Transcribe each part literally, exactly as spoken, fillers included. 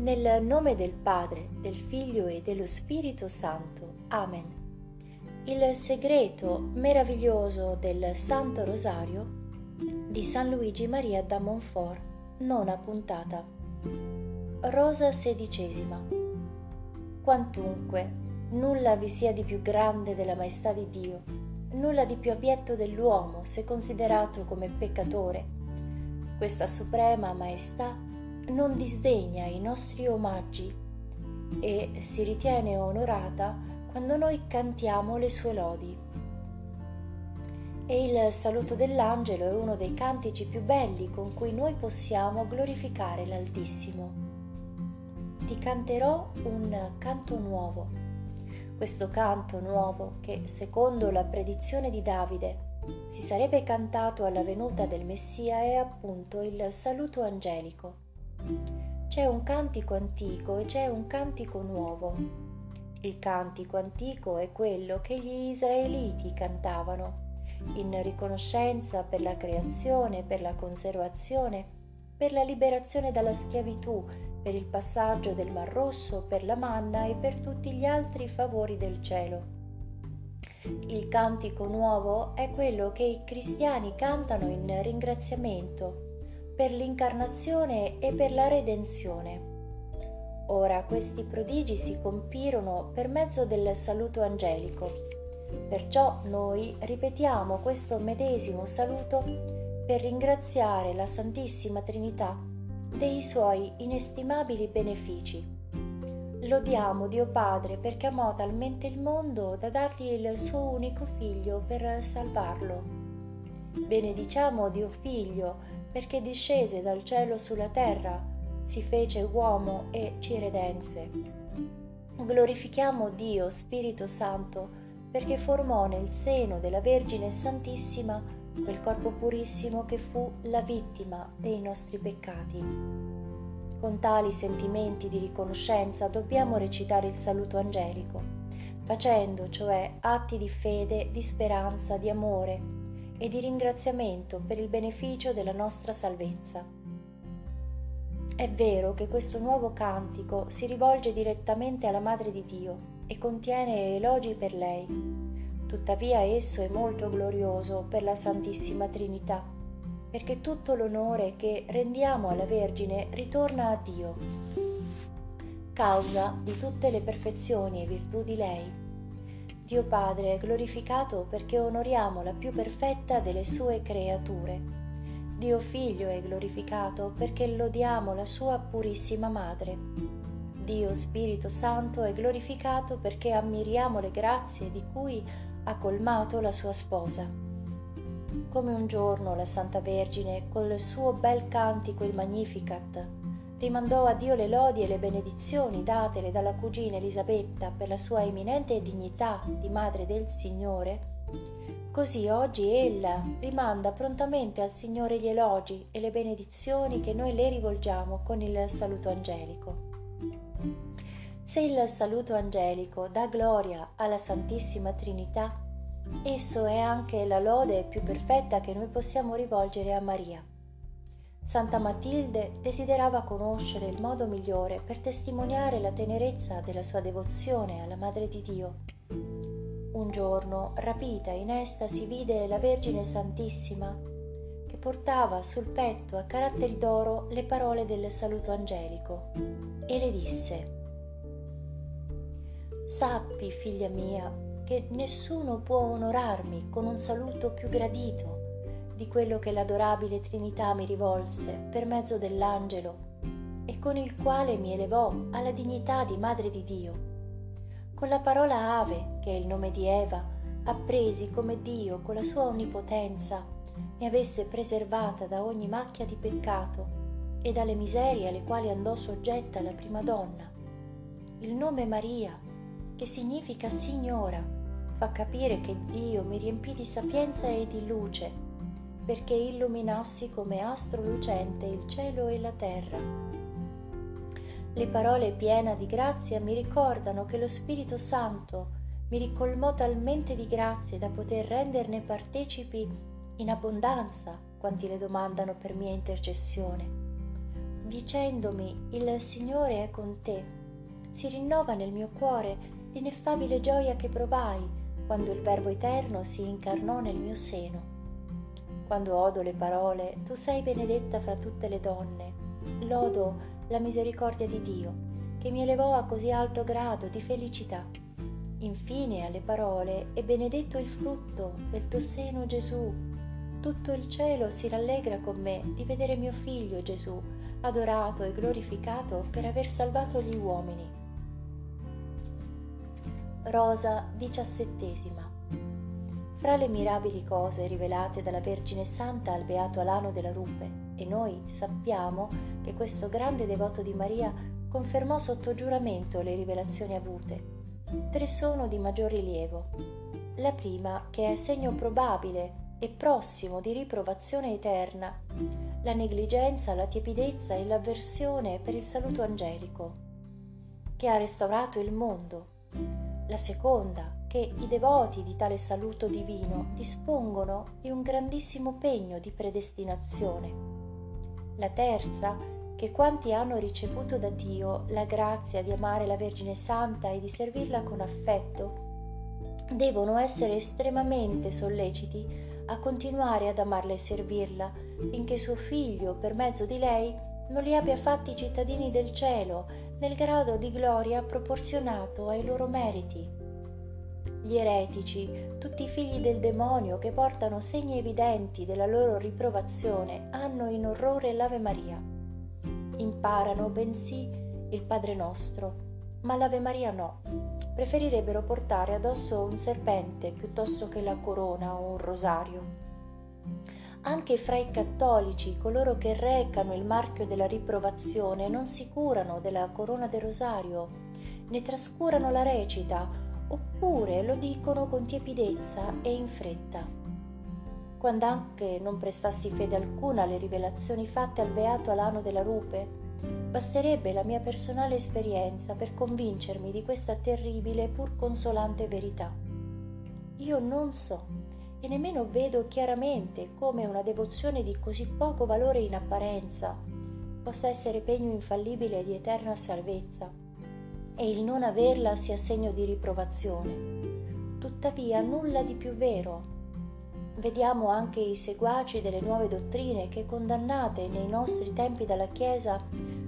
Nel nome del Padre, del Figlio e dello Spirito Santo. Amen. Il segreto meraviglioso del Santo Rosario di San Luigi Maria da Montfort, nona puntata. Rosa sedicesima. Quantunque nulla vi sia di più grande della maestà di Dio, nulla di più abietto dell'uomo se considerato come peccatore, questa suprema maestà non disdegna i nostri omaggi e si ritiene onorata quando noi cantiamo le sue lodi. E il saluto dell'angelo è uno dei cantici più belli con cui noi possiamo glorificare l'Altissimo. Ti canterò un canto nuovo. Questo canto nuovo, che secondo la predizione di Davide si sarebbe cantato alla venuta del Messia, è appunto il saluto angelico. C'è un cantico antico e c'è un cantico nuovo. Il cantico antico è quello che gli israeliti cantavano in riconoscenza per la creazione, per la conservazione, per la liberazione dalla schiavitù, per il passaggio del Mar Rosso, per la manna e per tutti gli altri favori del cielo. Il cantico nuovo è quello che i cristiani cantano in ringraziamento per l'incarnazione e per la redenzione. Ora questi prodigi si compirono per mezzo del saluto angelico. Perciò noi ripetiamo questo medesimo saluto per ringraziare la Santissima Trinità dei suoi inestimabili benefici. Lodiamo Dio Padre perché amò talmente il mondo da dargli il suo unico figlio per salvarlo. Benediciamo Dio Figlio perché discese dal cielo sulla terra, si fece uomo e ci redense. Glorifichiamo Dio Spirito Santo perché formò nel seno della Vergine Santissima quel corpo purissimo che fu la vittima dei nostri peccati. Con tali sentimenti di riconoscenza dobbiamo recitare il saluto angelico, facendo cioè atti di fede, di speranza, di amore e di ringraziamento per il beneficio della nostra salvezza. È vero che questo nuovo cantico si rivolge direttamente alla Madre di Dio e contiene elogi per lei. Tuttavia esso è molto glorioso per la Santissima Trinità, perché tutto l'onore che rendiamo alla Vergine ritorna a Dio, causa di tutte le perfezioni e virtù di lei. Dio Padre è glorificato perché onoriamo la più perfetta delle sue creature. Dio Figlio è glorificato perché lodiamo la sua purissima Madre. Dio Spirito Santo è glorificato perché ammiriamo le grazie di cui ha colmato la sua sposa. Come un giorno la Santa Vergine, col suo bel cantico il Magnificat, rimandò a Dio le lodi e le benedizioni datele dalla cugina Elisabetta per la sua eminente dignità di Madre del Signore, così oggi ella rimanda prontamente al Signore gli elogi e le benedizioni che noi le rivolgiamo con il saluto angelico. Se il saluto angelico dà gloria alla Santissima Trinità, esso è anche la lode più perfetta che noi possiamo rivolgere a Maria. Santa Matilde desiderava conoscere il modo migliore per testimoniare la tenerezza della sua devozione alla Madre di Dio. Un giorno, rapita in estasi, vide la Vergine Santissima che portava sul petto a caratteri d'oro le parole del saluto angelico e le disse: «Sappi, figlia mia, che nessuno può onorarmi con un saluto più gradito di quello che l'adorabile Trinità mi rivolse per mezzo dell'angelo e con il quale mi elevò alla dignità di Madre di Dio. Con la parola Ave, che è il nome di Eva, appresi come Dio con la sua onnipotenza mi avesse preservata da ogni macchia di peccato e dalle miserie alle quali andò soggetta la prima donna. Il nome Maria, che significa Signora, fa capire che Dio mi riempì di sapienza e di luce, perché illuminassi come astro lucente il cielo e la terra. Le parole piena di grazia mi ricordano che lo Spirito Santo mi ricolmò talmente di grazie da poter renderne partecipi in abbondanza quanti le domandano per mia intercessione. dicendomi il Signore è con te, si rinnova nel mio cuore l'ineffabile gioia che provai quando il Verbo eterno si incarnò nel mio seno. Quando odo le parole tu sei benedetta fra tutte le donne, lodo la misericordia di Dio che mi elevò a così alto grado di felicità. Infine alle parole è benedetto il frutto del tuo seno, Gesù. Tutto il cielo si rallegra con me di vedere mio figlio Gesù adorato e glorificato per aver salvato gli uomini. Rosa diciassettesima. Fra le mirabili cose rivelate dalla Vergine Santa al Beato Alano della Rupe, e noi sappiamo che questo grande devoto di Maria confermò sotto giuramento le rivelazioni avute, tre sono di maggior rilievo. La prima, che è segno probabile e prossimo di riprovazione eterna, la negligenza, la tiepidezza e l'avversione per il saluto angelico, che ha restaurato il mondo. La seconda, che i devoti di tale saluto divino dispongono di un grandissimo pegno di predestinazione. La terza, che quanti hanno ricevuto da Dio la grazia di amare la Vergine Santa e di servirla con affetto, devono essere estremamente solleciti a continuare ad amarla e servirla, finché suo Figlio, per mezzo di lei, non li abbia fatti cittadini del cielo, nel grado di gloria proporzionato ai loro meriti. Gli eretici, tutti i figli del demonio che portano segni evidenti della loro riprovazione, hanno in orrore l'Ave Maria. Imparano bensì il Padre Nostro, ma l'Ave Maria no. Preferirebbero portare addosso un serpente piuttosto che la corona o un rosario. Anche fra i cattolici, coloro che recano il marchio della riprovazione non si curano della corona del rosario, ne trascurano la recita, oppure lo dicono con tiepidezza e in fretta. Quando anche non prestassi fede alcuna alle rivelazioni fatte al Beato Alano della Rupe, basterebbe la mia personale esperienza per convincermi di questa terribile e pur consolante verità. Io non so e nemmeno vedo chiaramente come una devozione di così poco valore in apparenza possa essere pegno infallibile di eterna salvezza e il non averla sia segno di riprovazione. Tuttavia nulla di più vero. Vediamo anche i seguaci delle nuove dottrine che, condannate nei nostri tempi dalla Chiesa,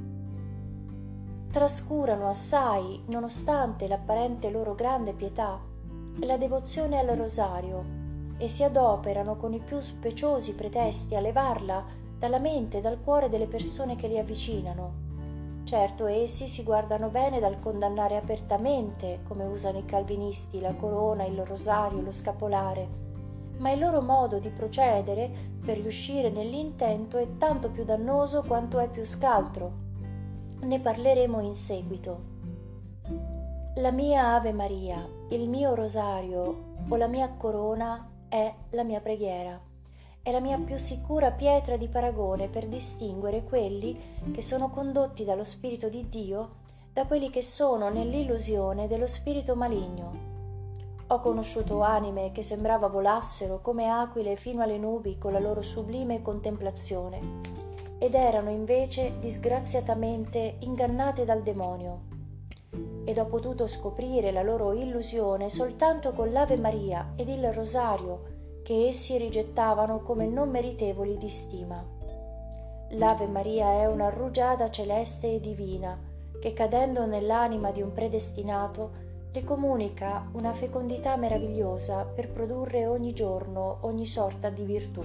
trascurano assai, nonostante l'apparente loro grande pietà, la devozione al rosario e si adoperano con i più speciosi pretesti a levarla dalla mente e dal cuore delle persone che li avvicinano. Certo, essi si guardano bene dal condannare apertamente, come usano i calvinisti, la corona, il rosario, lo scapolare, ma il loro modo di procedere per riuscire nell'intento è tanto più dannoso quanto è più scaltro. Ne parleremo in seguito. La mia Ave Maria, il mio rosario o la mia corona è la mia preghiera. È la mia più sicura pietra di paragone per distinguere quelli che sono condotti dallo Spirito di Dio da quelli che sono nell'illusione dello spirito maligno. Ho conosciuto anime che sembrava volassero come aquile fino alle nubi con la loro sublime contemplazione, ed erano invece disgraziatamente ingannate dal demonio. Ed ho potuto scoprire la loro illusione soltanto con l'Ave Maria ed il rosario che essi rigettavano come non meritevoli di stima. L'Ave Maria è una rugiada celeste e divina che, cadendo nell'anima di un predestinato, le comunica una fecondità meravigliosa per produrre ogni giorno ogni sorta di virtù.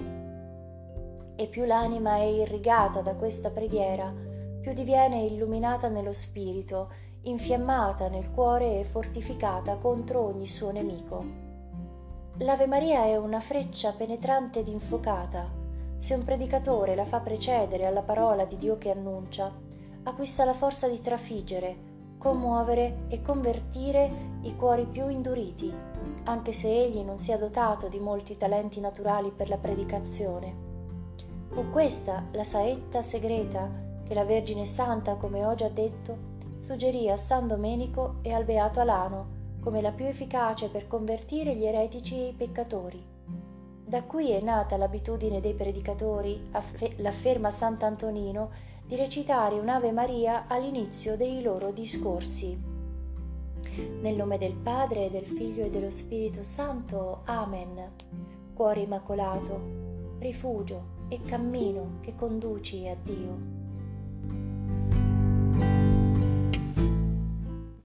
E più l'anima è irrigata da questa preghiera, più diviene illuminata nello spirito, infiammata nel cuore e fortificata contro ogni suo nemico. L'Ave Maria è una freccia penetrante ed infuocata. Se un predicatore la fa precedere alla parola di Dio che annuncia, acquista la forza di trafiggere, commuovere e convertire i cuori più induriti, anche se egli non sia dotato di molti talenti naturali per la predicazione. Fu questa la saetta segreta che la Vergine Santa, come ho già detto, suggerì a San Domenico e al Beato Alano come la più efficace per convertire gli eretici e i peccatori. Da qui è nata l'abitudine dei predicatori, l'afferma Sant'Antonino, di recitare un'Ave Maria all'inizio dei loro discorsi. Nel nome del Padre, del Figlio e dello Spirito Santo. Amen. Cuore immacolato, rifugio e cammino che conduci a Dio.